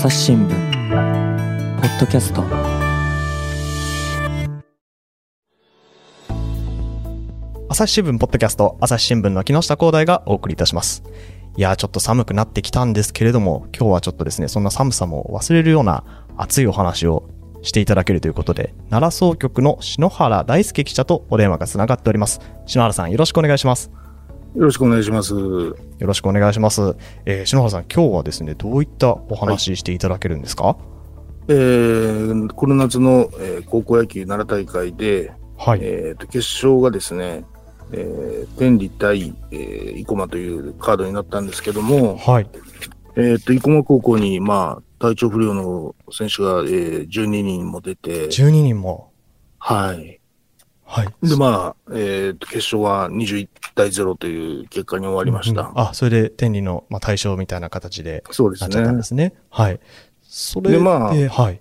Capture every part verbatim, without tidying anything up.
朝日新聞ポッドキャスト。 朝日新聞ポッドキャスト、朝日新聞の木下光大がお送りいたします。いやー、ちょっと寒くなってきたんですけれども、今日はちょっとですね、そんな寒さも忘れるような熱いお話をしていただけるということで、奈良総局の篠原大輔記者とお電話がつながっております。篠原さん、よろしくお願いします。 よろしくお願いします。 よろしくお願いします。えー、篠原さん、今日はですね、どういったお話していただけるんですか？はい、 えー、この夏の、えー、高校野球奈良大会で、はい、えー、と決勝がですね、えー、天理対、えー、生駒というカードになったんですけども、はい、えー、と生駒高校に、まあ、体調不良の選手が、えー、じゅうににんも出て、 じゅうににんも、 はい。 はい。 で、まあ、えー、と決勝はにじゅういちたいゼロという結果に終わりました。 うんうん、あ、それで天理の、まあ、対象みたいな形でそうですね。 なっちゃったんですね。はい。それで、 で、まあ、 はい。 はい。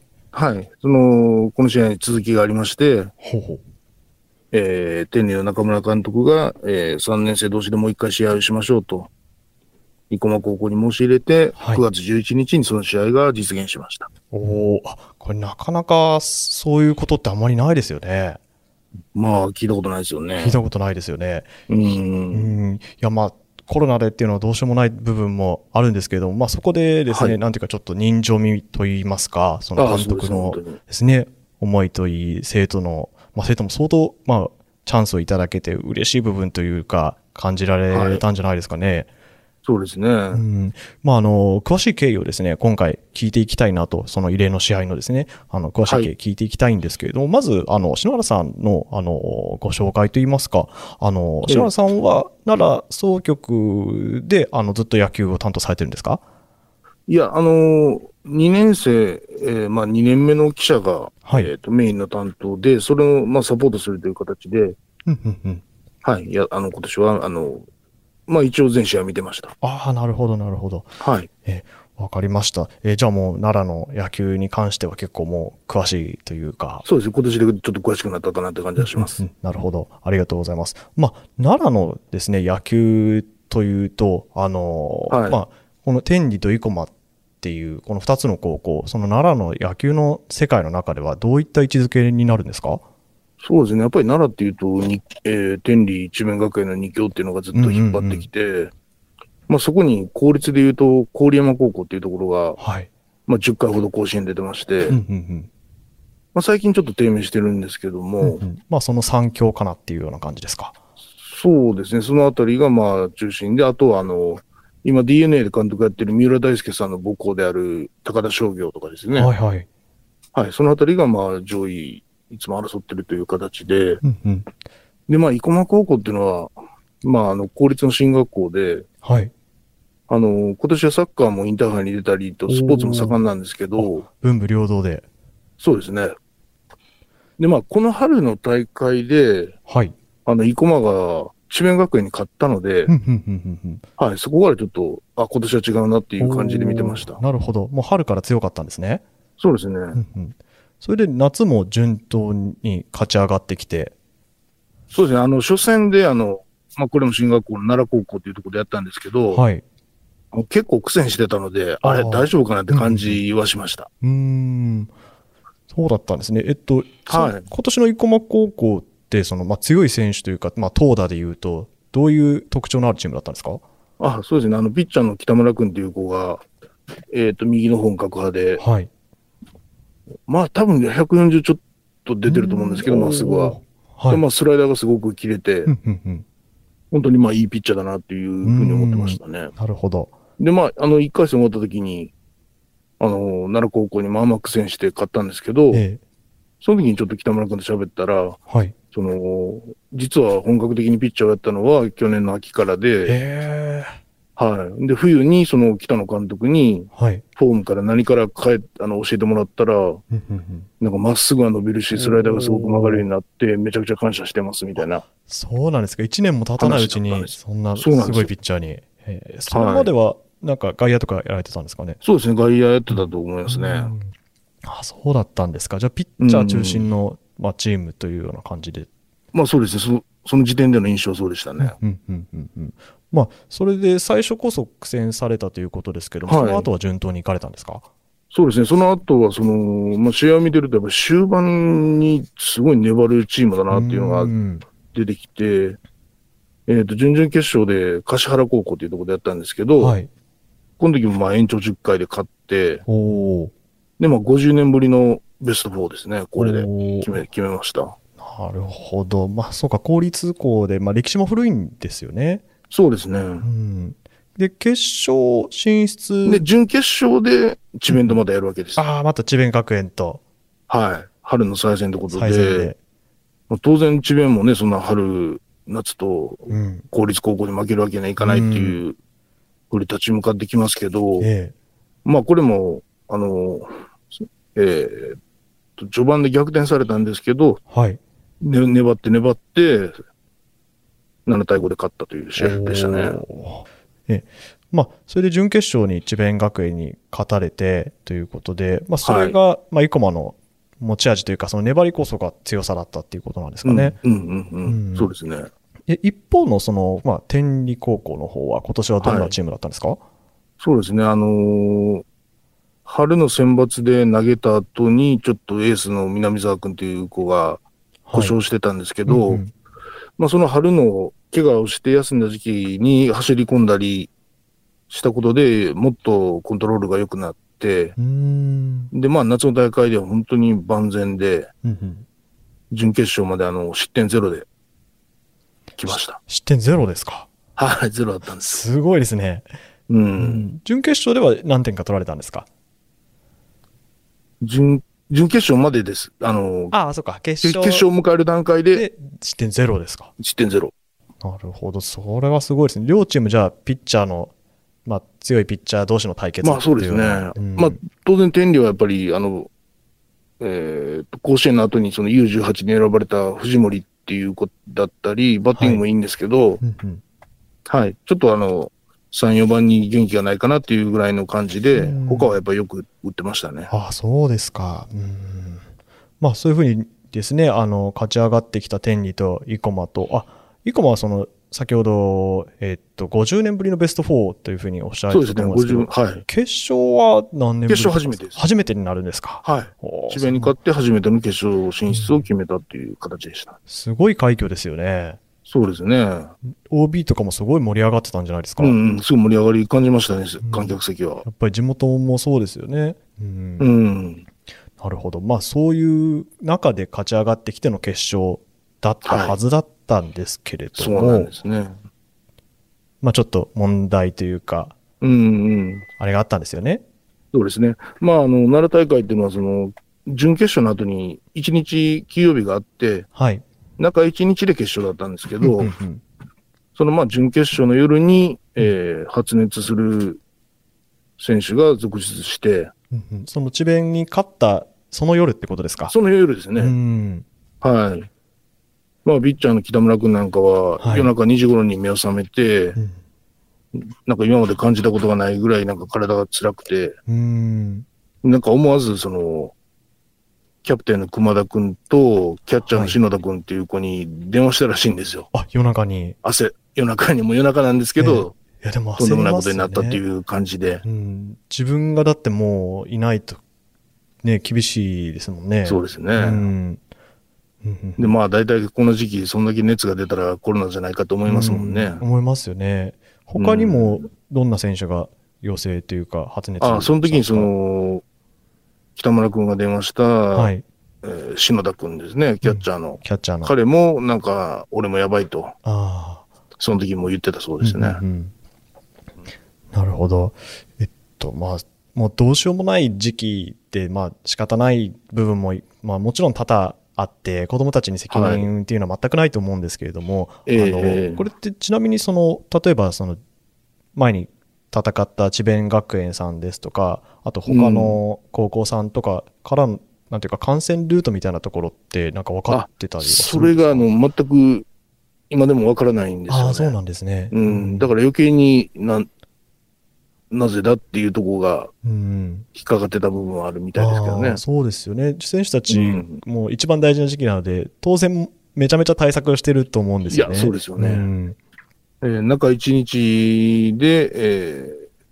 その、この試合に続きがありまして、 ほうほう。 えー、天理の中村監督が、えー、さんねん生同士でもう一回試合をしましょうと、生駒高校に申し入れて、はい、くがつじゅういちにちにその試合が実現しました。 おー、あ、これなかなかそういうことってあんまりないですよね。 まあ、聞いたことないですよね。 聞いたことないですよね。 うん。 うん。いや、まあ、コロナでっていうのはどうしようもない部分もあるんですけれども、まあそこでですね、はい、なんていうかちょっと人情味といいますか、その監督のですね、思いといい、生徒の、まあ生徒も相当、まあ、チャンスをいただけて嬉しい部分というか、感じられたんじゃないですかね。はい、 そうですね。うん。まあ、あの、詳しい経緯をですね、今回聞いていきたいなと、その異例の試合のですね、あの、詳しい経緯聞いていきたいんですけれども、はい、まず、あの、篠原さんの、あの、ご紹介といいますか、あの、篠原さんは奈良総局で、あの、ずっと野球を担当されてるんですか？ いや、あの、にねん生、えー、まあにねんめの記者が、はい、えっと、メインの担当で、それを、まあ、サポートするという形で、 うんうんうん、 はい、いや、あの、今年は、あの、まあ一応全試合見てました。 ああ、なるほど、なるほど。 はい。 えー、わかりました。えー、じゃあもう奈良の野球に関しては結構もう詳しいというか。 そうですね。今年でちょっと詳しくなったかなって感じがします。 うんうん、なるほど。ありがとうございます。まあ、奈良のですね、野球というと、あの、はい、まあ、この天理と生駒っていう、この二つの高校、その奈良の野球の世界の中ではどういった位置づけになるんですか？ そうですね。やっぱり奈良っていうと、にえー、天理智弁学園のに強っていうのがずっと引っ張ってきて、うんうんうん、まあそこに公立でいうと、郡山高校っていうところが、はい、まあじゅっかいほど甲子園出てまして、うんうんうん、まあ最近ちょっと低迷してるんですけども、うんうん、 まあその三強かなっていうような感じですか？ そうですね。そのあたりがまあ中心で、あとはあの、今 ディーエヌエー で監督やってる三浦大輔さんの母校である高田商業とかですね。 はいはい。 はい、そのあたりがまあ上位、いつも争ってるという形で、うんうん、で、まあ、生駒高校っていうのは、まあ、あの、公立の進学校で、はい。あの、今年はサッカーもインターハイに出たりと、スポーツも盛んなんですけど、 文武両道で。 そうですね。で、まあ、この春の大会で、はい。あの、生駒が智弁学園に勝ったので、はい、そこからちょっと、あ、今年は違うなっていう感じで見てました。 なるほど。もう春から強かったんですね。 そうですね。 うんうん、それで夏も順当に勝ち上がってきて。 そうですね。あの、初戦で、あの、まあ、これも進学校の奈良高校というところでやったんですけど、はい。結構苦戦してたので、あれ、大丈夫かなって感じはしました。 うん、うん。そうだったんですね。えっと、はい。今年の生駒高校って、その、まあ、強い選手というか、まあ、投打でいうと、どういう特徴のあるチームだったんですか？ あ、そうですね。あの、ピッチャーの北村君っていう子が、えっと、右の本格派で、はい。まあ、多分ひゃくよんじゅうちょっと出てると思うんですけど、まっすぐは。はい、でまあ、スライダーがすごく切れて、うんうんうん、本当にまあいいピッチャーだなっていうふうに思ってましたね。 なるほど。 で、まあ、あの、いっかい戦終わった時に、あの、奈良高校にまあまあ苦戦して勝ったんですけど、ええ、その時にちょっと北村君と喋ったら、はい、その、実は本格的にピッチャーをやったのは去年の秋からで、へー、はい。で、冬にその北野監督に、はい。フォームから何から変え、あの、教えてもらったら、なんかまっすぐは伸びるし、スライダーがすごく曲がるようになって、めちゃくちゃ感謝してますみたいな。 そうなんですか。一年も経たないうちに、そんなすごいピッチャーに。えー、それまでは、なんか外野とかやられてたんですかね。 そうですね。外野やってたと思いますね。うん、 あ、そうだったんですか。じゃあ、ピッチャー中心の、まあ、チームというような感じで。 まあそうですね。そ、その時点での印象はそうでしたね。 うんうんうんうん。まあ、それで最初こそ苦戦されたということですけども、はい、その後は順当に行かれたんですか？ そうですね。その後は、その、まあ、試合を見てると、やっぱ終盤にすごい粘るチームだなっていうのが出てきて、えっと、準々決勝で橿原高校っていうところでやったんですけど、はい、この時もまあ延長じゅっかいで勝って、おで、まあごじゅうねんぶりのベストよんですね。これで決め、決めました。 なるほど。まあそうか、公立校で、まあ歴史も古いんですよね。 そうですね。うん、 で、決勝進出。 で、準決勝で智弁とまたやるわけです。 ああ、また智弁学園と。 はい。春の再戦ということで。でまあ、当然智弁もね、そんな春、夏と公立高校に負けるわけにはいかないっていう、ふうに立ち向かってきますけど、うんええ、まあこれも、あの、えー、序盤で逆転されたんですけど、はいね、粘って粘って、ななたいごで勝ったという試合でしたね。 えまあ、それで準決勝に智弁学園に勝たれてということで、まあ、それが、はいまあ、生駒の持ち味というか、その粘りこそが強さだったっていうことなんですかね。 うんうんうんうん、そうですね。 え一方のその、まあ、天理高校の方は、今年はどんなチームだったんですか？はい、 そうですね、あのー、春の選抜で投げた後に、ちょっとエースの南沢君という子が故障してたんですけど、はいうんうん、まあ、その春の怪我をして休んだ時期に走り込んだりしたことでもっとコントロールが良くなって、うんで、まあ、夏の大会では本当に万全で、うんうん、準決勝まであの失点ゼロで来ました。 失点ゼロですか？ はい、ゼロだったんです。 すごいですね。うん。うん、準決勝では何点か取られたんですか？ 準、準決勝までです。あの、 ああ、そうか。決勝。 決勝を迎える段階で。で、 失点ゼロですか？ 失点ゼロ。 なるほど。それはすごいですね。両チームじゃあ、ピッチャーの、まあ、強いピッチャー同士の対決まあそうですね。うん、まあ、当然天理はやっぱり、あの、えー、甲子園の後にその ユーじゅうはち に選ばれた藤森っていう子だったり、バッティングもいいんですけど、はい。うんうん、はい、ちょっとあの、さん、よばんに元気がないかなっていうぐらいの感じで、他はやっぱりよく打ってましたね。 ああ、そうですか。うん。まあそういうふうにですね、あの、勝ち上がってきた天理と生駒と、あ、生駒はその、先ほど、えー、っと、ごじゅうねんぶりのベストよんというふうにおっしゃられてたと思うんですけど、そうですね、はい。決勝は何年ぶりですか？ 決勝初めてです。 初めてになるんですか？ はい。智弁に勝って初めての決勝進出を決めたっていう形でした。うん、 すごい快挙ですよね。 そうですね。 オービー とかもすごい盛り上がってたんじゃないですか？ うん、うん、すごい盛り上がり感じましたね、観客席は。 やっぱり地元もそうですよね。うん。うん、なるほど。まあそういう中で勝ち上がってきての決勝だったはずだったんですけれども。 はい、そうなんですね。 まあちょっと問題というか、 うんうん、 あれがあったんですよね。 そうですね。まああの、奈良大会っていうのはその、準決勝の後にいちにち休養日があって、はい。中いちにちで決勝だったんですけど、そのまあ準決勝の夜に、えー、発熱する選手が続出して、 うんうん、その智弁に勝ったその夜ってことですか？ その夜ですね。うん、はい。まあ、ピッチャーの北村君なんかは、夜中にじ頃に目を覚めて、はいうん、なんか今まで感じたことがないぐらいなんか体が辛くて、うん、なんか思わずその、キャプテンの熊田君と、キャッチャーの篠田君っていう子に電話したらしいんですよ。 はい、あ、夜中に汗、夜中にも夜中なんですけど、えー、いやでも焦りますね。とんでもないことになったっていう感じで。 うん、自分がだってもういないと、ね、厳しいですもんね。 そうですね。うんで、まあ大体この時期、そんだけ熱が出たらコロナじゃないかと思いますもんね。 うん、思いますよね。他にもどんな選手が陽性というか発熱したんですか？ ああ、その時にその、北村君が電話した、はいえー、篠田君ですね、キャッチャーの。うん、 キャッチャーの。 彼もなんか、俺もやばいと。ああ。その時も言ってたそうですね。うんうんうん、 なるほど。えっと、まあ、もうどうしようもない時期で、まあ仕方ない部分も、まあもちろん多々あって、子供たちに責任っていうのは全くないと思うんですけれども、はい、あの、えー、これってちなみにその、例えばその、前に戦った智弁学園さんですとか、あと他の高校さんとかからの、うん、なんていうか感染ルートみたいなところってなんか分かってたりはするんですか？ それがあの、全く今でも分からないんですよね。 ああ、そうなんですね。 うん。だから余計にな、なぜだっていうところが引っかかってた部分はあるみたいですけどね。うん、 そうですよね。選手たちも一番大事な時期なので、当然めちゃめちゃ対策をしてると思うんですよね。 いや、そうですよね。うんえー、中いちにちで、えー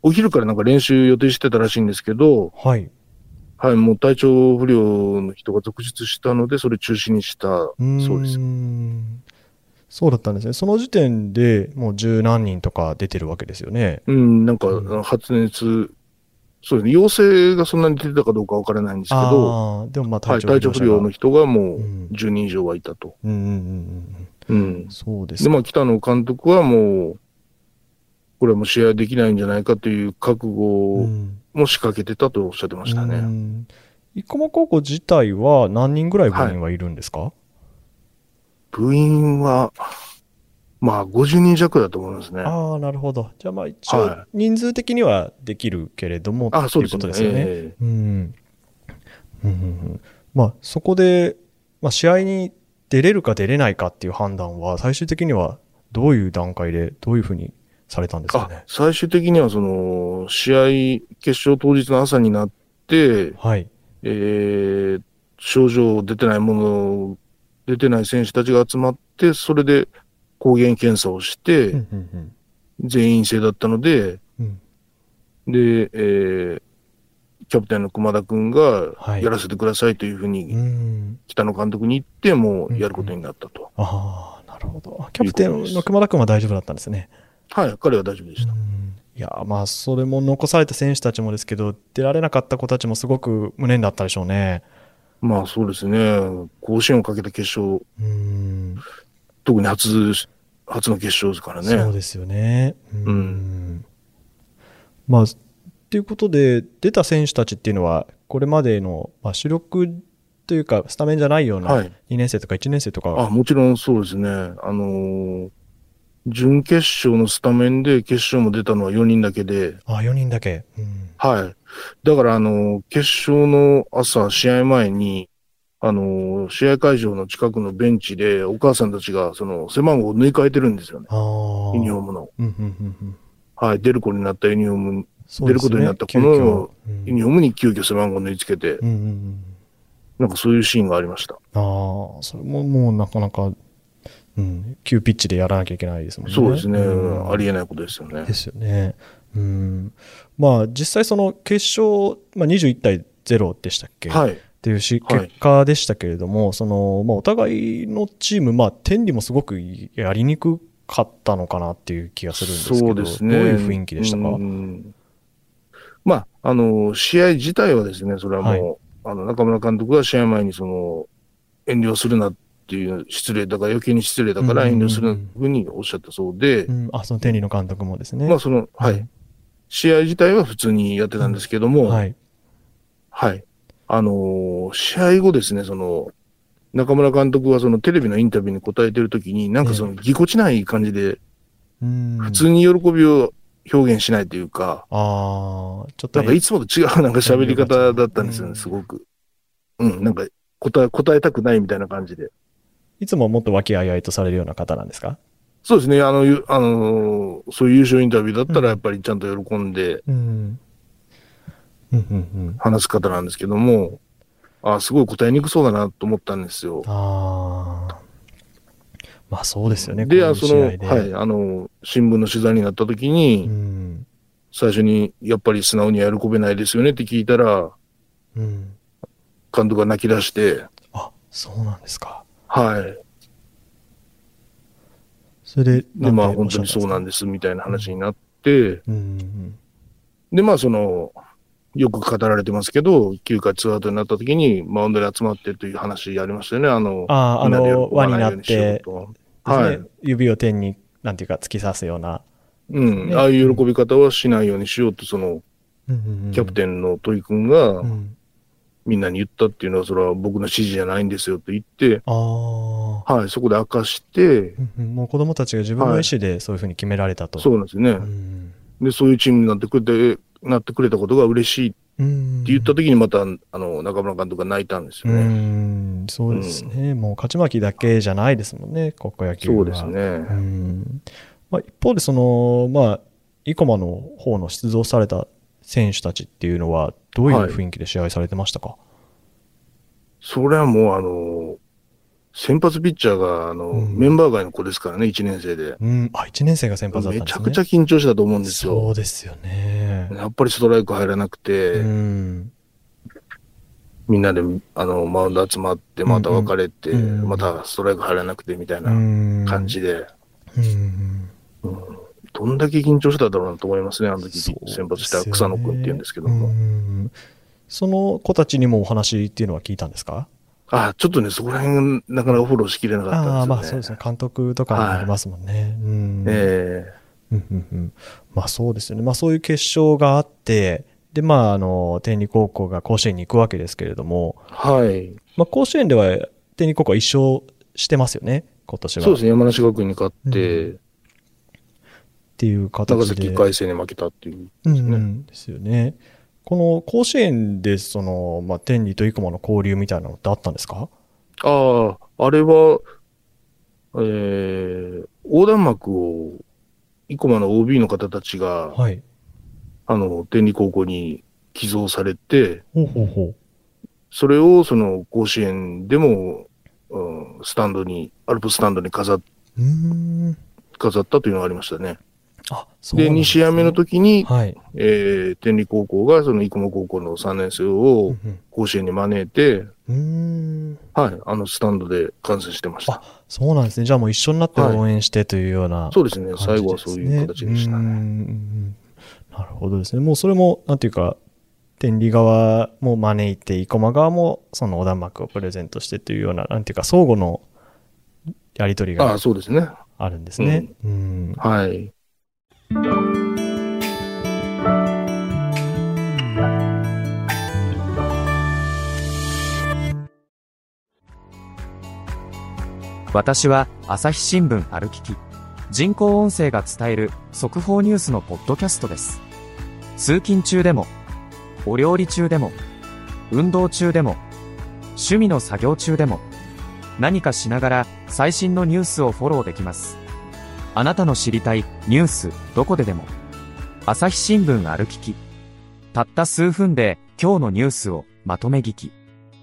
お昼からなんか練習予定してたらしいんですけど、 はい。 はい、もう体調不良の人が続出したので、それ中止にしたそうです。 そうだったんですね。その時点でもう十何人とか出てるわけですよね。 うん、なんかうん、 発熱、そうですね、陽性がそんなに出てたかどうかわからないんですけど、 ああ、でもまあ体はい、 調不体調良者が。 不良の人がもううん。 じゅうにん以上はいたと。 うんうんうんううん。 ん。で、 そうですか。 まあ、北野監督はもう、これはもう試合できないんじゃないかという覚悟うん。 も仕掛けてたとおっしゃってまうしたね。 ん。生駒高校自体は何人ぐらい部はい。 員はいるんですか？ 部員は、まあ、ごじゅうにん弱だと思いますね。 ああ、なるほど。じゃあまあ一応はい。 人数的にはできるけれどもっあ、そていうこうですね。 とですよね。 ええ、 うん。うんうんうん。まあそこで、まあ試合に出れるか出れないかっていう判断は最終的にはどういう段階でどういうふうにされたんですかあ、 ね。 最終的にはその、試合、決勝当日の朝になって、 はい。 えー、症状出てないもの、出てない選手たちが集まって、それで抗原検査をしうんて、 うん全員制だったので、 うん。うん。 で、えー、キャプテンの熊田くんがはい。 やらせてくださいというふううに、 ん。 北野監督に言って、もうんうん。 うやることになったとああ、なるほど。キャいうプテことです。 ンの熊田君は大丈夫だったんですね。 はい、彼は大丈夫でうした。 ん。いや、まあ、それも残された選手たちもですけど、出られなかった子たちもすごく無念だったでしょうね。 まあそうですね。甲子園をかけた決勝、 うん。 特に初、初の決勝ですからね。 そうですよね。ううん。 ん。まあ、っていうことで、出た選手たちっていうのは、これまでの、まあ、主力というか、スタメンじゃないようなはい。 にねん生とかいちねん生とか、 あ、もちろんそうですね。あのー準決勝のスタメンで決勝も出たのはよにんだけで、 あ、よにんだけ。うん。 はい。だから、あのー決勝の朝、試合前に、あのー試合会場の近くのベンチで、お母さんたちが、その、背番号を縫い替えてるんですよね。 ああ。 ユニフォームの。 うん、うん、うん、うん。 はい。出る子になったユニフォーム、 そう出るですよね。 ことになったこ急遽。 のうん。 ユニフォームに急遽背番号を縫い付けて、 うん、うん、うん。 なんかそういうシーンがありました。 ああ、それももうなかなか、うん、急ピッチでやらなきゃいけないですもんね。 そうですね。 うん。 ありえないことですよね。 ですよね。うん。まあ、実際その決勝、まあ、にじゅういち対ゼロでしたっけっはい。 ていうし結はい。 果でしたけれども、その、まあ、お互いのチーム、まあ、天理もすごくやりにくかったのかなっていう気がするんですけど、 そうですどういうね。 雰囲気でうしたか？ ん。まあ、あの、試合自体はですね、それははい。 もう、あの、中村監督が試合前にその、遠慮するなっていう失礼だから、余計に失礼だうんうんから遠慮するなとうんいうふうにおっしゃったそうで、 うん。うん、あ、その天理の監督もですね。 まあ、その、はい。 うん。 試合自体は普通にやってうん。 たんですけども、 はい。 はい。あのー試合後ですね、その、中村監督はそのテレビのインタビューに答えてるときに、なんかそええ。 のぎこちない感じで、 うん。 普通に喜びを表現しないというか、 ああ、ちょっとえなんかいつもと違うなんか遠喋り慮がちな。 方だったんですよね、 うん。 すごく。うん、なんか答え、答えたくないみたいな感じで。 いつももっと和気あいあいとされるような方なんですか？ そうですね、あの、ゆあのーそういう優勝インタビューだったらやっうん。 ぱりちゃんと喜んでうん。うん、うん、うん。 話す方なんですけども、あ、すごい答えにくそうだなと思ったんですよ。 ああ。まあそうですよね、こで、あういう試その、 合で。 はい、あの、新聞の取材になった時うに、 ん。 最初にやっぱり素直には喜べないですよねって聞いたら、 うん。 監督が泣き出して、 あ、そうなんですか。 はい。 それで、 で、まあなんておっ本当にそうしゃったんですか？ なんですみたいなうん。 話になって、 うん。 で、まあその、よく語られてますけど、きゅうかいツーアウトになった時にマウンドに集まってという話ありましたよね。あの、 ああ、あみんなでの、 喜ば輪になっないようにしようてと。はい。 ですね、指を天に、なんていうか、突き刺すような、 うん。あね。 あいうん。 う喜び方はしないようにしようと、その、 うん。うん。 キャプテンの戸井君がうん。 みんなに言ったっていうのは、それは僕の指示じゃないんですよと言って、 ああ。 はい、そこで明かして、 うんうん。もう子供たちが自分の意はい、 思でそういうふうに決められたと。 そうなんですね。 うん。 で、そういうチームになってくれて、なってくれたことが嬉しいってうん。 言った時にまた、あの、中村監督が泣いたんですうよね。 ん。そうですうん。 ね。もう勝ち負けだけじゃないですもんね、高校野球そうですは。 ね。 うん。まあ、一方で、その、まあ、生駒の方の出場された選手たちっていうのは、どういうはい。 雰囲気で試合されてましたか？ それはもう、あの、 先発ピッチャーが、あの、うん、メンバー外の子ですからね、いちねん生で。 うん。あ、いちねん生が先発だったんですね。 めちゃくちゃ緊張したと思うんですよ。 そうですよね。 やっぱりストライク入らなくて、うん、みんなで、あの、マウンド集まって、また別れて、うんうん、またストライク入らなくてみたいな感じで、うんうん、どんだけ緊張しただろうなと思いますね、あの時、先発した草野君っていうんですけども。うん、 その子たちにもお話っていうのは聞いたんですか？ あ、ちょっとね、そこら辺、なかなかフォローしきれなかったんですよね。ああ、まあそうですね。監督とかもありますもんね。はい、うん。 ええー、うんうんうん。まあそうですよね。まあそういう決勝があって、で、まああの、天理高校が甲子園に行くわけですけれども。 はい。 まあ甲子園では天理高校は一勝してますよね、今年は。 そうですね。山梨学院に勝って、うん、 っていう形で。 長崎海星に負けたっていうですね。うん、 ですよね。この甲子園でその、まあ、天理と生駒の交流みたいなのってあったんですか？ ああ、あれは、えー、横断幕を生駒の オービー の方たちが、はい、あの、天理高校に寄贈されて、 ほうほうほう、 それをその甲子園でも、うん、スタンドに、アルプスタンドに飾っ、 うーん飾ったというのがありましたね。 あ、そうなんですね。 で、に試合目の時に、はい、えー、天理高校がその生駒高校のさんねん生を甲子園に招いて、 うーんはい、あのスタンドで観戦してました。 あ、そうなんですね。じゃあもう一緒になって応援してというような、 はい、そうですね。最後はそういう形でしたね。 うんなるほどですね。もうそれも、なんていうか、天理側も招いて、生駒側もその横断幕をプレゼントしてというような、なんていうか、相互のやり取りがあそうですね。 あるんですね。 うん、はい。 私は朝日新聞歩きき人工音声が伝える速報ニュースのポッドキャストです。通勤中でもお料理中でも運動中でも趣味の作業中でも何かしながら最新のニュースをフォローできます。あなたの知りたいニュースどこででも朝日新聞歩ききたった数分で今日のニュースをまとめ聞き。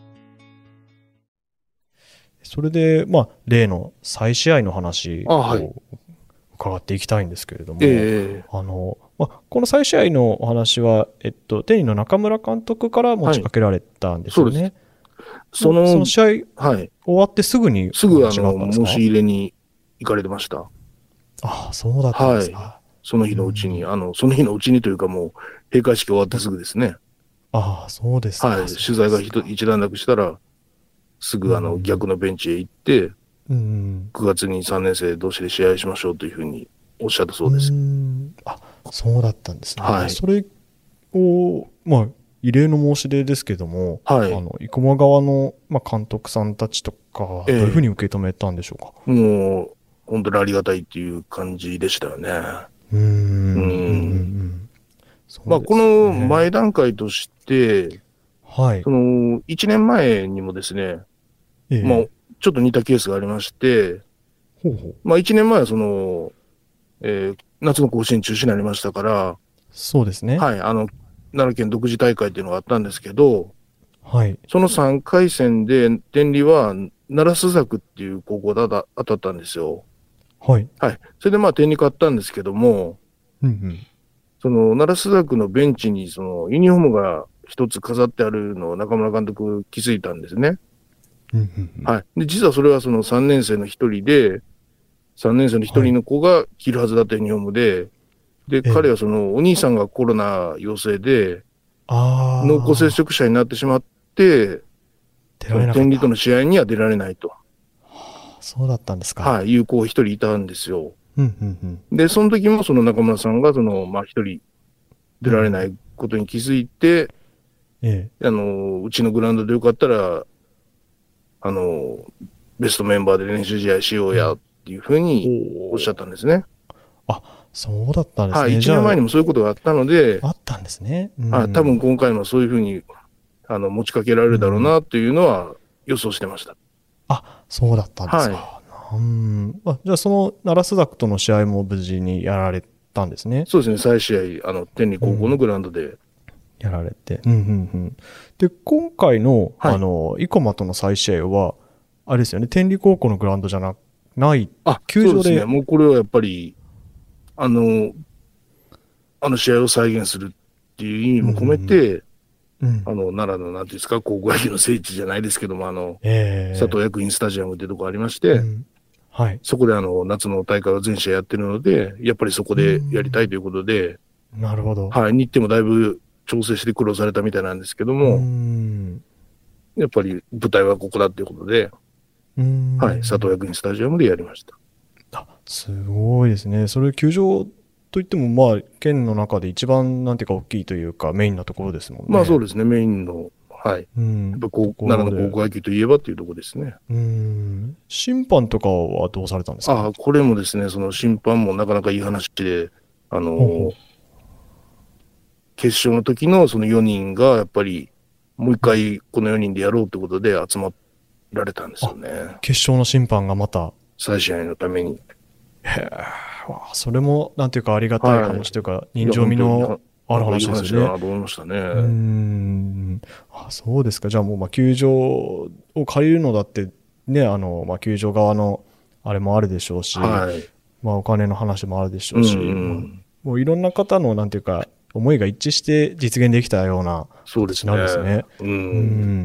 それで、まあ、例の再試合の話を伺っていきたいんですけれども、あ、はいえー、あの、まあ、この再試合のお話は、えっと、天理の中村監督から持ちかけられたんですよね。はい、 その、 その試合、はい、終わってすぐにすぐあの、申し入れに行かれてました。 ああ、そうだったんですか。はい、 その日のうちに、うん、あの、その日のうちにというかもう、閉会式終わってすぐですね。 ああ、そうですか。 はい、取材が一段落したら、すぐあの、うん、逆のベンチへ行って、うん、くがつにさんねん生同士で試合しましょうというふうにおっしゃったそうです。 うん、あ、そうだったんですね。はい。それを、まあ、異例の申し出ですけども、はい。あの、生駒側の、まあ、監督さんたちとか、どういうふうに受け止めたんでしょうか。 えー、もう、本当にありがたいっていう感じでしたよね。 うーん。うん。 まあ、この前段階として、 はい。 その、いちねんまえにもですね、えー、まあ、ちょっと似たケースがありまして、 ほうほう。 まあ、いちねんまえはその、えー、夏の甲子園中止になりましたから、 そうですね。 はい、あの、奈良県独自大会っていうのがあったんですけど、 はい。 そのさんかい戦で、天理は、奈良朱雀っていう高校で当たったんですよ。 はい。 はい。それでまあ、天理勝ったんですけども、 うんうん。 その、奈良朱雀のベンチに、その、ユニフォームが一つ飾ってあるのを中村監督気づいたんですね。 うんうんうん、 はい。で、実はそれはそのさんねん生の一人で、さんねん生の一人の子が着るはずだったユニフォームで、で、彼はそのお兄さんがコロナ陽性で、濃厚接触者になってしまって、天理との試合には出られないと。 はあ、そうだったんですか。 はい。有効一人いたんですよ。 うんうんうん、 で、その時もその中村さんがその、まあ一人出られないことに気づいて、うん、あの、うちのグラウンドでよかったら、あの、ベストメンバーで練習試合しようやっていうふうにおっしゃったんですね。 あ、そうだったんですね。 はい。いちねんまえにもそういうことがあったので、 あったんですね。 うん、はい。多分今回もそういうふうに、あの、持ちかけられるだろうなっていうのは予想してました。うん、 あ、そうだったんですか。はい、うん。あ、じゃあその奈良朱雀との試合も無事にやられたんですね。 そうですね。再試合、あの、天理高校のグラウンドで。うん、 やられて。うんうんうん。で、今回の、はい、あの、生駒との再試合は、 あれですよね、天理高校のグラウンドじゃなない、 あ、 球場で。 そうですね。もうこれはやっぱり、あの、あの試合を再現するっていう意味も込めて、うん、あの、奈良のなんていうんですか、高校野球の聖地じゃないですけども、あの、えー、佐藤薬院スタジアムっていうところありまして、うん、はい。そこであの、夏の大会は全試合やってるので、やっぱりそこでやりたいということで、 うん、なるほど。 はい。日程もだいぶ調整して苦労されたみたいなんですけども、うん、やっぱり舞台はここだっていうことで、うん、はい。佐藤薬院スタジアムでやりました。 あ、すごいですね。それ球場といっても、まあ、県の中で一番、なんていうか、大きいというか、メインなところですもんね。 まあそうですね、メインの、はい。うん、やっぱこう奈良の高校野球といえばっていうところですね。 うん。審判とかはどうされたんですか？ ああ、これもですね、その審判もなかなかいい話で、あのー、ほうほう決勝の時のそのよにんが、やっぱり、もう一回このよにんでやろうってことで集まられたんですよね。 決勝の審判がまた。 再試合のために。 へえ。それも、なんていうか、ありがたい話というか、はい、人情味のある話ですよね。 いい話だなと思いましたね。 うーん。あ、そうですか。じゃあもう、まあ、球場を借りるのだって、ね、あの、まあ、球場側の、あれもあるでしょうし、はい、まあ、お金の話もあるでしょうし、うんうん、もういろんな方の、なんていうか、思いが一致して実現できたような形なんですね。そうですね。うん。うん、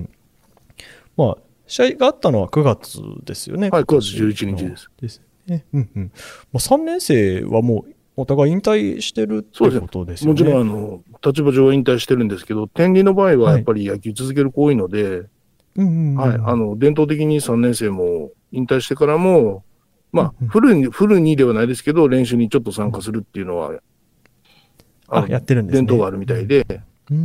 まあ、試合があったのはくがつですよね。 はい、くがつじゅういちにちです。 ですね。うんうん。まあ、さんねん生はもうお互い引退してるってことですよね。 もちろん、あの、立場上は引退してるんですけど、天理の場合はやっぱり野球続ける子多いので、はい、はい、あの、伝統的にさんねん生も引退してからも、まあ、うんうん、フルに、フルにではないですけど、練習にちょっと参加するっていうのは、 あ、やってるんですね。 伝統があるみたいで、うん、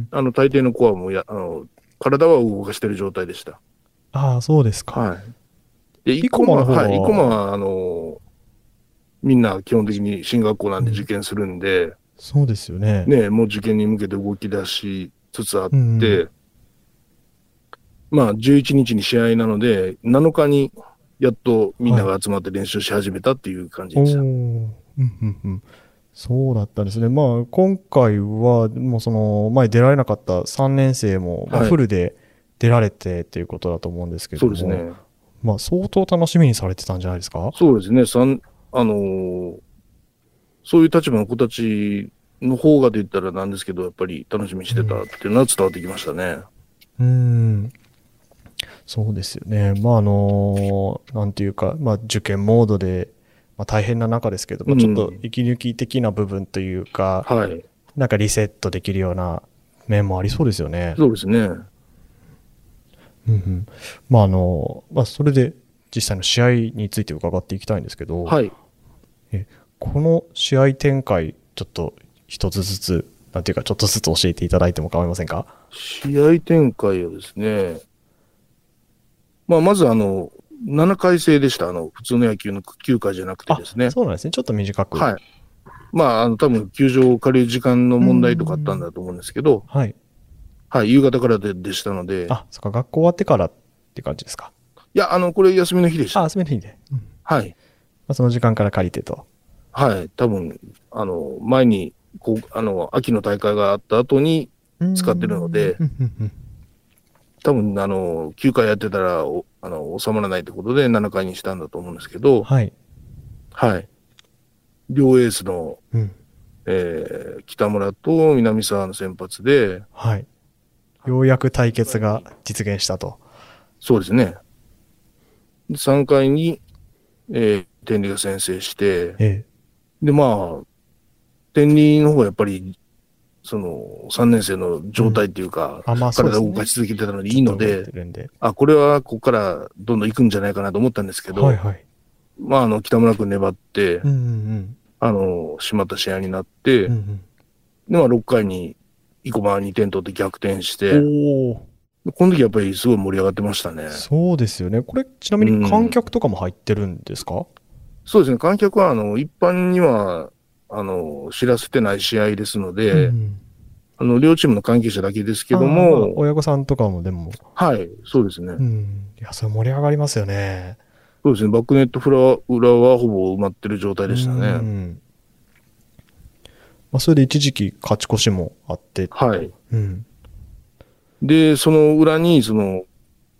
あの、大抵の子はもうや、あの、体は動かしてる状態でした。 ああ、そうですか。 はい。で、生駒は、はい、生駒は、あの、みんな基本的に進学校なんで受験するんで、うん、 そうですよね。 ね、もう受験に向けて動き出しつつあって、うん、まあ、じゅういちにちに試合なので、なのかにやっとみんなが集まって練習し始めたっていう感じでした。はい、うんうんうん、そうだったんですね。まあ、今回は、もうその、前出られなかったさんねん生も、まあ、フルで出られてっていうことだと思うんですけども、そうですね。まあ、相当楽しみにされてたんじゃないですか？ そうですね。さんあのー、そういう立場の子たちの方がで言ったらなんですけど、やっぱり楽しみにしてたっていうのは伝わってきましたね。 うん、うんそうですよね。まあ、あのー、なんていうか、まあ、受験モードで、まあ、大変な中ですけど、まあ、ちょっと息抜き的な部分というか、うん、はい、なんかリセットできるような面もありそうですよね。 そうですね。 うんうん。まあ、あの、まあ、それで実際の試合について伺っていきたいんですけど、はい。え、この試合展開、ちょっと一つずつ、なんていうか、ちょっとずつ教えていただいても構いませんか？ 試合展開はですね、まあ、まずあの、ななかい制でした。あの、普通の野球のきゅうかいじゃなくてですね。 そうなんですね。ちょっと短く。 はい。まあ、あの、多分、球場を借りる時間の問題とかあったんだと思うんですけど、はい。はい、夕方からででしたので。 あ、そっか、学校終わってからって感じですか？ いや、あの、これ休みの日でした。 あ、休みの日で。 うん、はい。 まあ、その時間から借りてと。 はい。多分、あの、前に、こう、あの、秋の大会があった後に使ってるので、多分、あの、きゅうかいやってたら、あの、収まらないってことでななかいにしたんだと思うんですけど、はい。はい。両エースの、うん、えー、北村と南沢の先発で、 はい。ようやく対決が実現したと。 そうですね。さんかいに、えー、天理が先制して、ええ、で、まあ、天理の方はやっぱり、その、さんねん生の状態っていうか、うん、あまあそうですね、体を動かし続けてたのでいいので、であ、これはここからどんどん行くんじゃないかなと思ったんですけど、はいはい、まあ、あの、北村君粘って、うんうんうん、あの、締まった試合になって、うんうん、で、まあ、ろっかいに、生駒がにてん取って逆転して、おこの時やっぱりすごい盛り上がってましたね。 そうですよね。これ、ちなみに観客とかも入ってるんですか？うん、 そうですね。観客は、あの、一般には、あの、知らせてない試合ですので、うん、あの、両チームの関係者だけですけども、まあ、 親御さんとかもでも。 はい、そうですね。 うん。いや、それ盛り上がりますよね。 そうですね。バックネット裏はほぼ埋まってる状態でしたね。うん。 まあ、それで一時期勝ち越しもあって。 はい。うん。で、その裏に、その、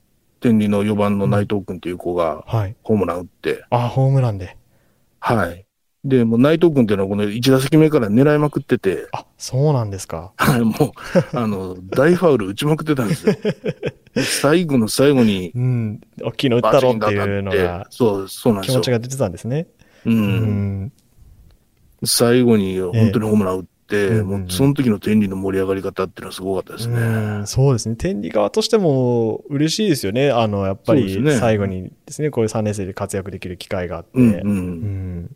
天理のよばんの内藤君っていう子が、ホームラン打って、うんはい、 あ、ホームランで。 はい。で、もう内藤君っていうのはこのいち打席目から狙いまくってて。 あ、そうなんですか。 はい、もう、あの、大ファウル打ちまくってたんですよ。最後の最後に、 うん、大きいの打ったろっていうのが、 そう、そうなんですよ。 気持ちが出てたんですね。 うん。うん、最後に本当にホームラン打って、ええ、もうその時の天理の盛り上がり方っていうのはすごかったですね。 うん、そうですね。天理側としても嬉しいですよね。あの、やっぱり最後にですね、こういうさんねん生で活躍できる機会があって。うんうんうん、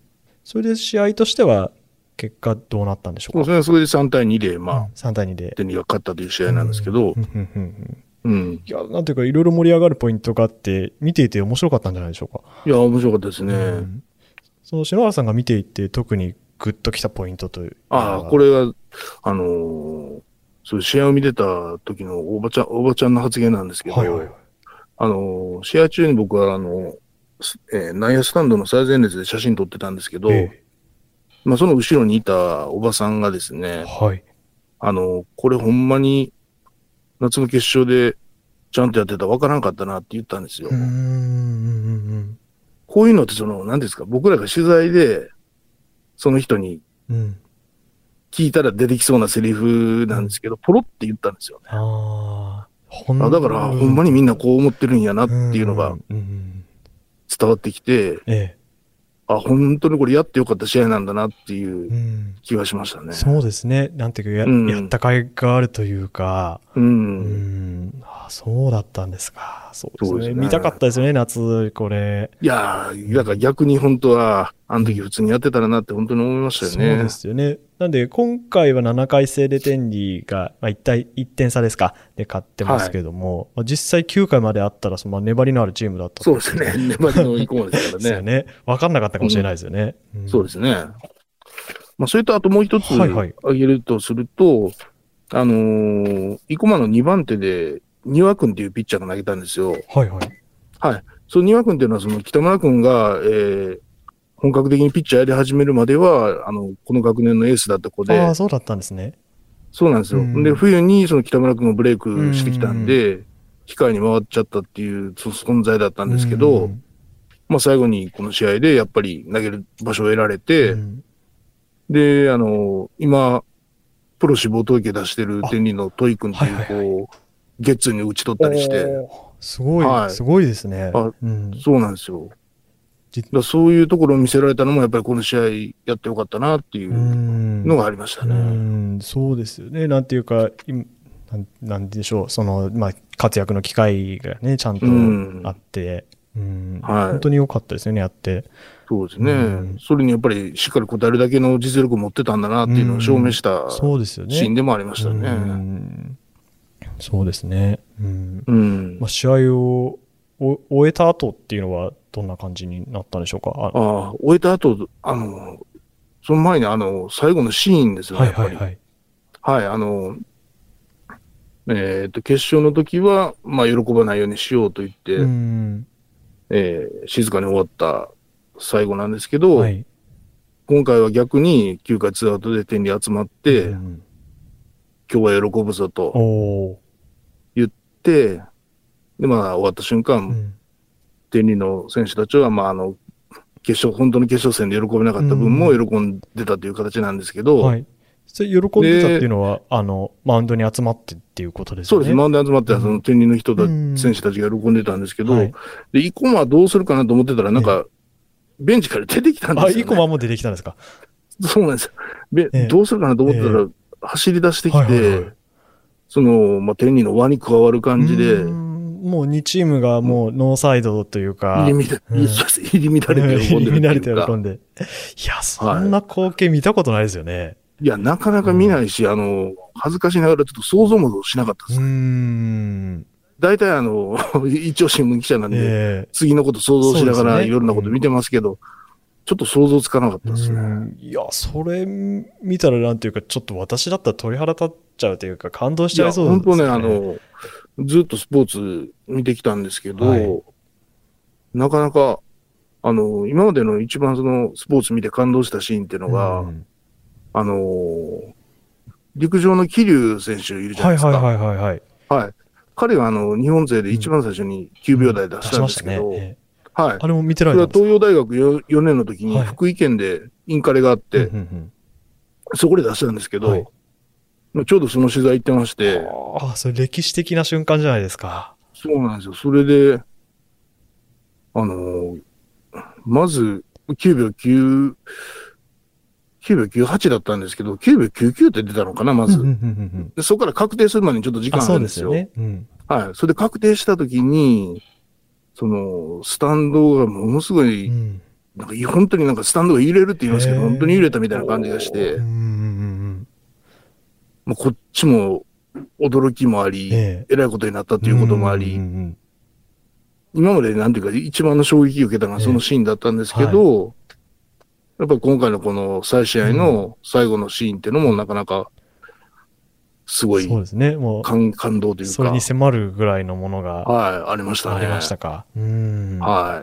それで試合としては結果どうなったんでしょうか。 そうですね。それでさんたいにで、まあ、うん、 さんたいにで。 天理が勝ったという試合なんですけど、 うん。いや、なんていうか、いろいろ盛り上がるポイントがあって、見ていて面白かったんじゃないでしょうか。 いや、面白かったですね。うん、 その篠原さんが見ていて、特にグッときたポイントという。 ああ、これは、あのー、そういう試合を見てた時のおばちゃん、おばちゃんの発言なんですけど、はいはいはい、あのー、試合中に僕は、あの、えー、内野スタンドの最前列で写真撮ってたんですけど、えー、まあ、その後ろにいたおばさんがですね、 はい。 あのー、これほんまに、夏の決勝でちゃんとやってたら分からんかったなって言ったんですよ。 うーんこういうのってその、何ですか、僕らが取材で、その人に聞いたら出てきそうなセリフなんですけど、うん、ポロって言ったんですよね。 ああだから、ほんまにみんなこう思ってるんやなっていうのが伝わってきて、 ええ、 あ、本当にこれやってよかった試合なんだなっていう気がしましたね。うん、 そうですね。なんていうかや、うん、やった甲斐があるというか、 うん。 うんあそうだったんですか。そうですね。ですね見たかったですよね、夏、これ。 いやー、だから逆に本当は、あの時普通にやってたらなって本当に思いましたよね。 そうですよね。なんで、今回はななかい制で天理が、まあ、いってん差ですか、で勝ってますけども、はいまあ、実際きゅうかいまであったら、その粘りのあるチームだったそうですね。粘りのいいコーナーですからね。 ですよね。分かんなかったかもしれないですよね。 うんうん、そうですね。まあ、それとあともう一つ挙げるとすると、はいはい、あのー、生駒のにばん手で、丹羽君っていうピッチャーが投げたんですよ。 はいはい。 はい。その丹羽君っていうのは、その北村君が、えー、本格的にピッチャーやり始めるまでは、あの、この学年のエースだった子で。 ああ、そうだったんですね。 そうなんですよ。で、冬にその北村君がブレイクしてきたんで、控えに回っちゃったっていう存在だったんですけど、まあ最後にこの試合でやっぱり投げる場所を得られて、で、あの、今、プロ志望届出してる天理の戸井君っていう子をゲッツーに打ち取ったりして。 すごい、はい、すごいですね。 あうん、そうなんですよ。だそういうところを見せられたのもやっぱりこの試合やってよかったなっていうのがありましたね。 うんうんそうですよね。なんていうか、なんなんでしょう、その、まあ、活躍の機会がね、ちゃんとあって、うんうんはい、本当に良かったですよね、やって。 そうですね、うん。それにやっぱりしっかり答えるだけの実力を持ってたんだなっていうのを証明したシーンでもありましたね。 うん、そうですね。うんうんまあ、試合を終えた後っていうのはどんな感じになったんでしょうか。 ああ、終えた後、あの、その前にあの、最後のシーンですよね、 はいはいはい。 はい、あの、えっと、決勝の時は、まあ、喜ばないようにしようと言って、 うんえー、静かに終わった最後なんですけど、 はい、 今回は逆にきゅうかいツーアウトで天理集まって、うん、今日は喜ぶぞと言って、で、まあ、終わった瞬間、うん、天理の選手たちは、まあ、あの、決勝、本当に決勝戦で喜べなかった分も喜んでたという形なんですけど、 うんはい、それ喜んでたっていうのは、あの、マウンドに集まってっていうことですね。 そうです。マウンドに集まって、その天理の人た、うん、選手たちが喜んでたんですけど、はい、で、生駒はどうするかなと思ってたら、なんか、ベンチから出てきたんですよ、ね。 あ、生駒も出てきたんですか。 そうなんですよ。べ、えー、どうするかなと思ってたら、走り出してきて、はいはいはい、その、まあ、天理の輪に加わる感じで、 もうにチームがもうノーサイドというか。 入り乱れ、うん、入り乱れて喜んでるっていうか。入り乱れて喜んで。いや、そんな光景見たことないですよね。 はい、いや、なかなか見ないし、うん、あの、恥ずかしながらちょっと想像もしなかったです。 うーん。 大体あの、一応新聞記者なんで、えー、次のこと想像しながらいろんなこと見てますけど、ちょっと想像つかなかったですね。 いや、それ見たらなんていうか、ちょっと私だったら鳥肌立っちゃうというか、感動しちゃいそうですね。 本当ね、あの、ずっとスポーツ見てきたんですけど、はい、なかなか、あの、今までの一番そのスポーツ見て感動したシーンっていうのが、うん、あの、陸上の桐生選手いるじゃないですか。 はいはいはいはい、はい。 はい。 彼があの日本勢で一番最初にきゅうびょうだい出したんですけど、うんうんねえー、はい。あれも見てられたんですか？ それは東洋大学 よ, よねんの時に福井県でインカレがあって、はい、うんうんうん、そこで出したんですけど、はい、ちょうどその取材行ってまして。 ああ、それ歴史的な瞬間じゃないですか。 そうなんですよ。それで、あのー、まずきゅうびょうきゅう、きゅうびょうきゅうはちだったんですけど、きゅうびょうきゅうきゅうって出たのかな、まず。でそこから確定するまでにちょっと時間あるんですよ。そうですよね。うん、はい。それで確定したときに、その、スタンドがものすごい、うん、なんか本当になんかスタンドが揺れるって言いますけど、本当に揺れたみたいな感じがして、うん、もうこっちも驚きもあり、えらいことになったっていうこともあり、今までなんていうか一番の衝撃を受けたのはそのシーンだったんですけど、はい、やっぱり今回のこの再試合の最後のシーンっていうのもなかなかすごい、そうですね、もう感動というか。 それに迫るぐらいのものが、 はい、ありましたね。 ありましたか。うん。 はい。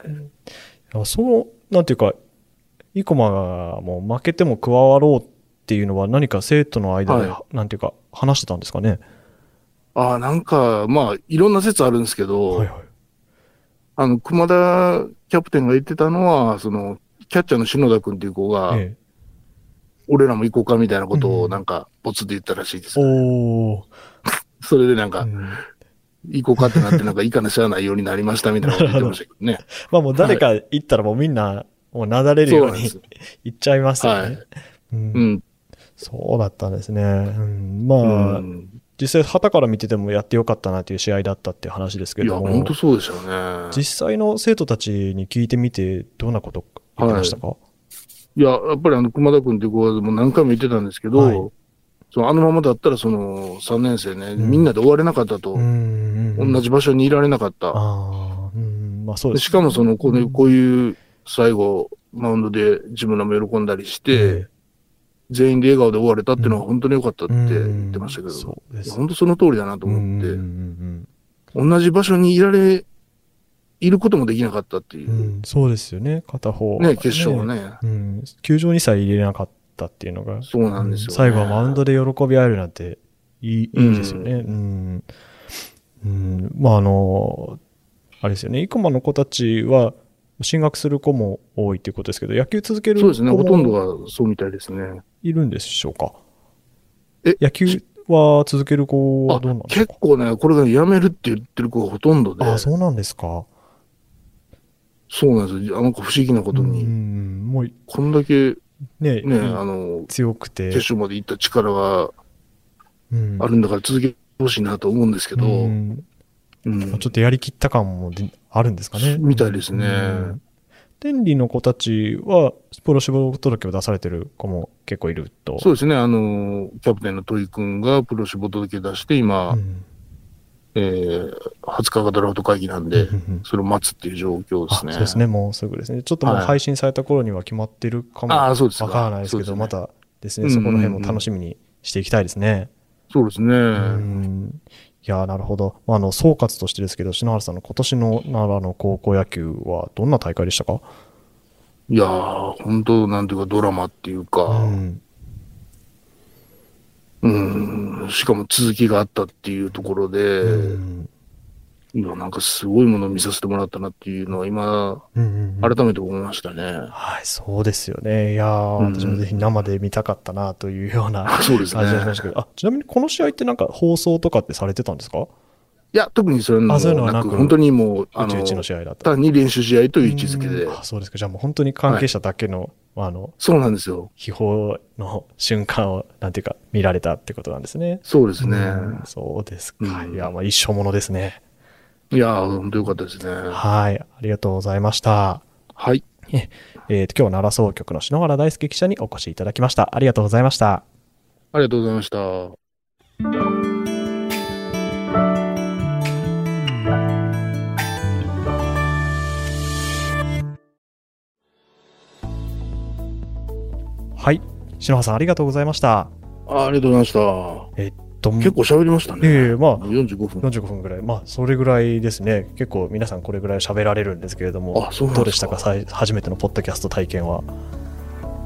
その、なんていうか、生駒がもう負けても加わろうっていうのは何か生徒の間で、はい、なんていうか話してたんですかね。 ああ、なんか、まあ、いろんな説あるんですけど、はいはい、あの、熊田キャプテンが言ってたのは、その、キャッチャーの篠田君っていう子が、ええ、俺らも行こうかみたいなことをなんか、ボツで言ったらしいです、ね。うん、おそれでなんか、うん、行こうかってなって、なんか、いかなしゃあないようになりましたみたいなこと言ってましたけどね。 まあもう誰か行ったらもうみんな、もうなだれるように行っちゃいますよね。はい、うん、うん。そうだったんですね。うん、まあ、うん、実際、旗から見ててもやってよかったなという試合だったっていう話ですけども。 いや、本当そうですよね。 実際の生徒たちに聞いてみて、どんなこと言ってましたか？はいいや、やっぱりあの、熊田君っていう子はもう何回も言ってたんですけど、はい、そのあのままだったらそのさんねん生ね、うん、みんなで終われなかったと。うん同じ場所にいられなかった。あうんまあそうですね、しかもそのこう、こういう最後、マウンドで自分らも喜んだりして、うん、全員で笑顔で終われたっていうのは本当に良かったって言ってましたけど、うんそうです本当その通りだなと思って、うん同じ場所にいられ、いることもできなかったっていう。うん、 そうですよね、片方、 ね。ね、決勝はね、 うん。球場にさえ入れなかったっていうのが。 そうなんですよ、ねうん、 最後はマウンドで喜び合えるなんていい、いいですよね。うん。うん、まああの、あれですよね、生駒の子たちは進学する子も多いということですけど、野球続ける子もそうですね、ほとんどがそうみたいですね。 いるんでしょうか。え、野球は続ける子はどうなんですか？ 結構ね、これが辞めるって言ってる子がほとんどで。 あ、そうなんですか。 そうなんですよ。なんか不思議なことに。うん、もう、こんだけ、ね、ね、あの、 強くて。 決勝まで行った力があるんだから続けてほしいなと思うんですけど。うんうん、ちょっとやりきった感もあるんですかね。 みたいですね。うん、 天理の子たちは、プロ志望届を出されてる子も結構いると。 そうですね。あの、キャプテンの戸井君がプロ志望届出して、今、うんえー、はつかがドラフト会議なんで、それを待つっていう状況ですね。 そうですね、もうすぐですね。ちょっともう配信された頃には決まってるかもわからないですけど、ね、またですね、そこら辺も楽しみにしていきたいですね。 そうですね。うんいやなるほど。あの、総括としてですけど、篠原さんの今年の奈良の高校野球はどんな大会でしたか？ いやー、本当なんていうかドラマっていうか、うんうん、しかも続きがあったっていうところで、うん、いや、なんかすごいものを見させてもらったなっていうのは今、うんうん、改めて思いましたね。 はい、そうですよね。いやー、うん、私もぜひ生で見たかったなというような感じがしましたけど、あ、ちなみにこの試合ってなんか放送とかってされてたんですか？ いや、特にそういうのはなく、本当にもう、 あの、うちうちの試合だった。 単に練習試合という位置づけで。 あ、そうですか。じゃあもう本当に関係者だけの、はい、あの、 そうなんですよ。 秘宝の瞬間を、なんていうか、見られたってことなんですね。 そうですね。 うそうですか。うん、いや、まあ一生ものですね。 いや、本当よかったですね。 はい。ありがとうございました。 はい。 え、えーと、今日は奈良総局の篠原大輔記者にお越しいただきました。ありがとうございました。 ありがとうございました。 はい。篠原さん、ありがとうございました。 あ、ありがとうございました。えっと、結構喋りましたね。 ええー、まあ、 よんじゅうごふん。 よんじゅうごふんぐらい。まあ、それぐらいですね。結構皆さんこれぐらい喋られるんですけれども、 あ、そうなんですか。 どうでしたか、初めてのポッドキャスト体験は。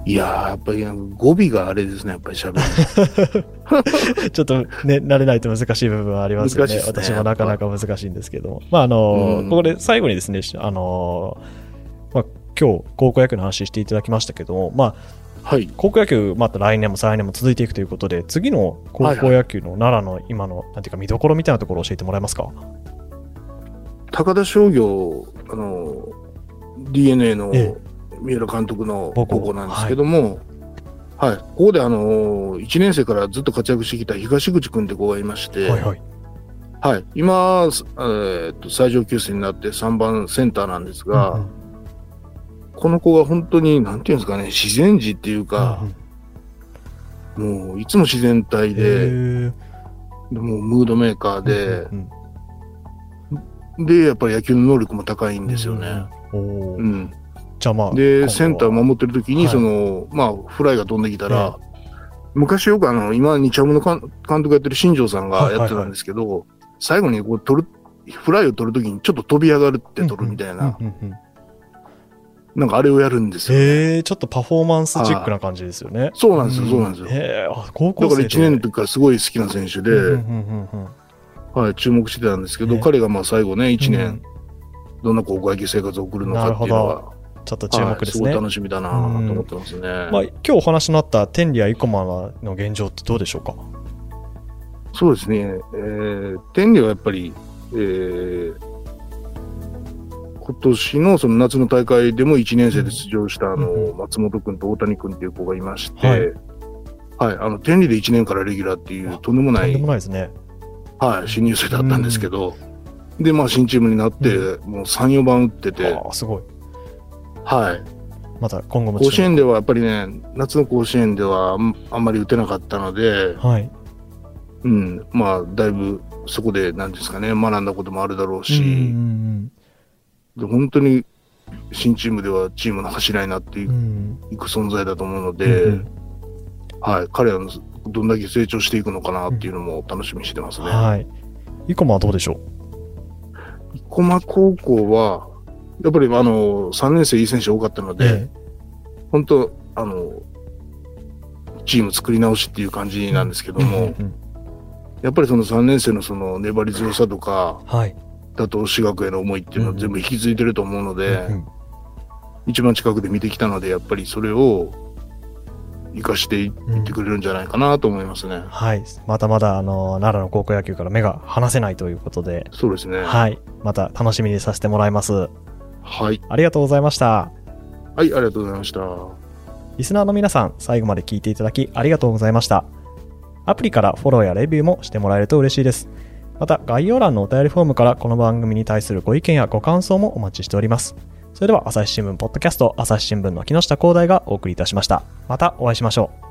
いやー、やっぱり語尾があれですね、やっぱり喋る。 ちょっとね、慣れないと難しい部分はありますよね。難しいですね。私もなかなか難しいんですけども。まあ、あの、うん、ここで最後にですね、あの、まあ、今日、高校野球の話していただきましたけども、まあ、はい、高校野球、また来年も再来年も続いていくということで、次の高校野球の奈良の今の、なんていうか見どころみたいなところを教えてもらえますか？ 高田商業、あの、ディーエヌエー の三浦監督の高校なんですけども、はい、はい、ここであの、いちねん生からずっと活躍してきた東口君って子がいまして、はい、はい、はい、今、えー、っと、最上級生になってさんばんセンターなんですが、うんうん、この子が本当に、なんていうんですかね、自然児っていうか、うんうん、もういつも自然体で、でもうムードメーカーで、うんうん、で、やっぱり野球の能力も高いんですよね。うん。うん、じゃあまあ。で、センターを守ってる時に、その、はい、まあ、フライが飛んできたら、昔よくあの、今、日ハムの監督やってる新庄さんがやってたんですけど、はいはいはい、最後にこう取る、フライを取る時にちょっと飛び上がるって取るみたいな。なんかあれをやるんですよ、ね。へえ、ちょっとパフォーマンスチックな感じですよね。 そうなんですよ、そうなんですよ。へえ、あ、高校生だからいちねんの時からすごい好きな選手で、はい、注目してたんですけど、彼がまあ最後ね、いちねん、うん、どんな高校野球生活を送るのかっていうのは、 ちょっと注目ですね。 はい、すごい楽しみだなと思ってますね。 まあ、今日お話になった天理や生駒の現状ってどうでしょうか？ そうですね、えー、天理はやっぱり、えー、今年のその夏の大会でもいちねん生で出場したあの、うん、松本君と大谷君っていう子がいまして、はい、はい、あの天理でいちねんからレギュラーっていうとんでもない、 とんでもないですね。 はい、新入生だったんですけど、うん、で、まあ新チームになって、うん、もうさん、よばん打ってて、 あ、すごい。 はい。 また今後も甲子園ではやっぱりね、夏の甲子園ではあんまり打てなかったので、はい。うん、まあだいぶそこで何ですかね、学んだこともあるだろうし、うんうんうんで本当に新チームではチームの柱になっていく、うん、いく存在だと思うので、うんうん、はい、彼はどんだけ成長していくのかなっていうのも楽しみにしてますね。うん、はい。 生駒はどうでしょう？ 生駒高校はやっぱりあのさんねん生いい選手多かったので、ええ、本当あのチーム作り直しっていう感じなんですけども、うんうんうん、やっぱりそのさんねん生のその粘り強さとか、はい、だと私学への思いっていうのは全部引き継いでると思うので、うんうん、一番近くで見てきたのでやっぱりそれを生かしていってくれるんじゃないかなと思いますね。うん、 はい、またまだあの奈良の高校野球から目が離せないということで、 そうですね。 はい、また楽しみにさせてもらいます。 はい、 ありがとうございました。 はい、ありがとうございました。 リスナーの皆さん、最後まで聞いていただきありがとうございました。アプリからフォローやレビューもしてもらえると嬉しいです。また概要欄のお便りフォームからこの番組に対するご意見やご感想もお待ちしております。それでは朝日新聞ポッドキャスト朝日新聞の木下光大がお送りいたしました。またお会いしましょう。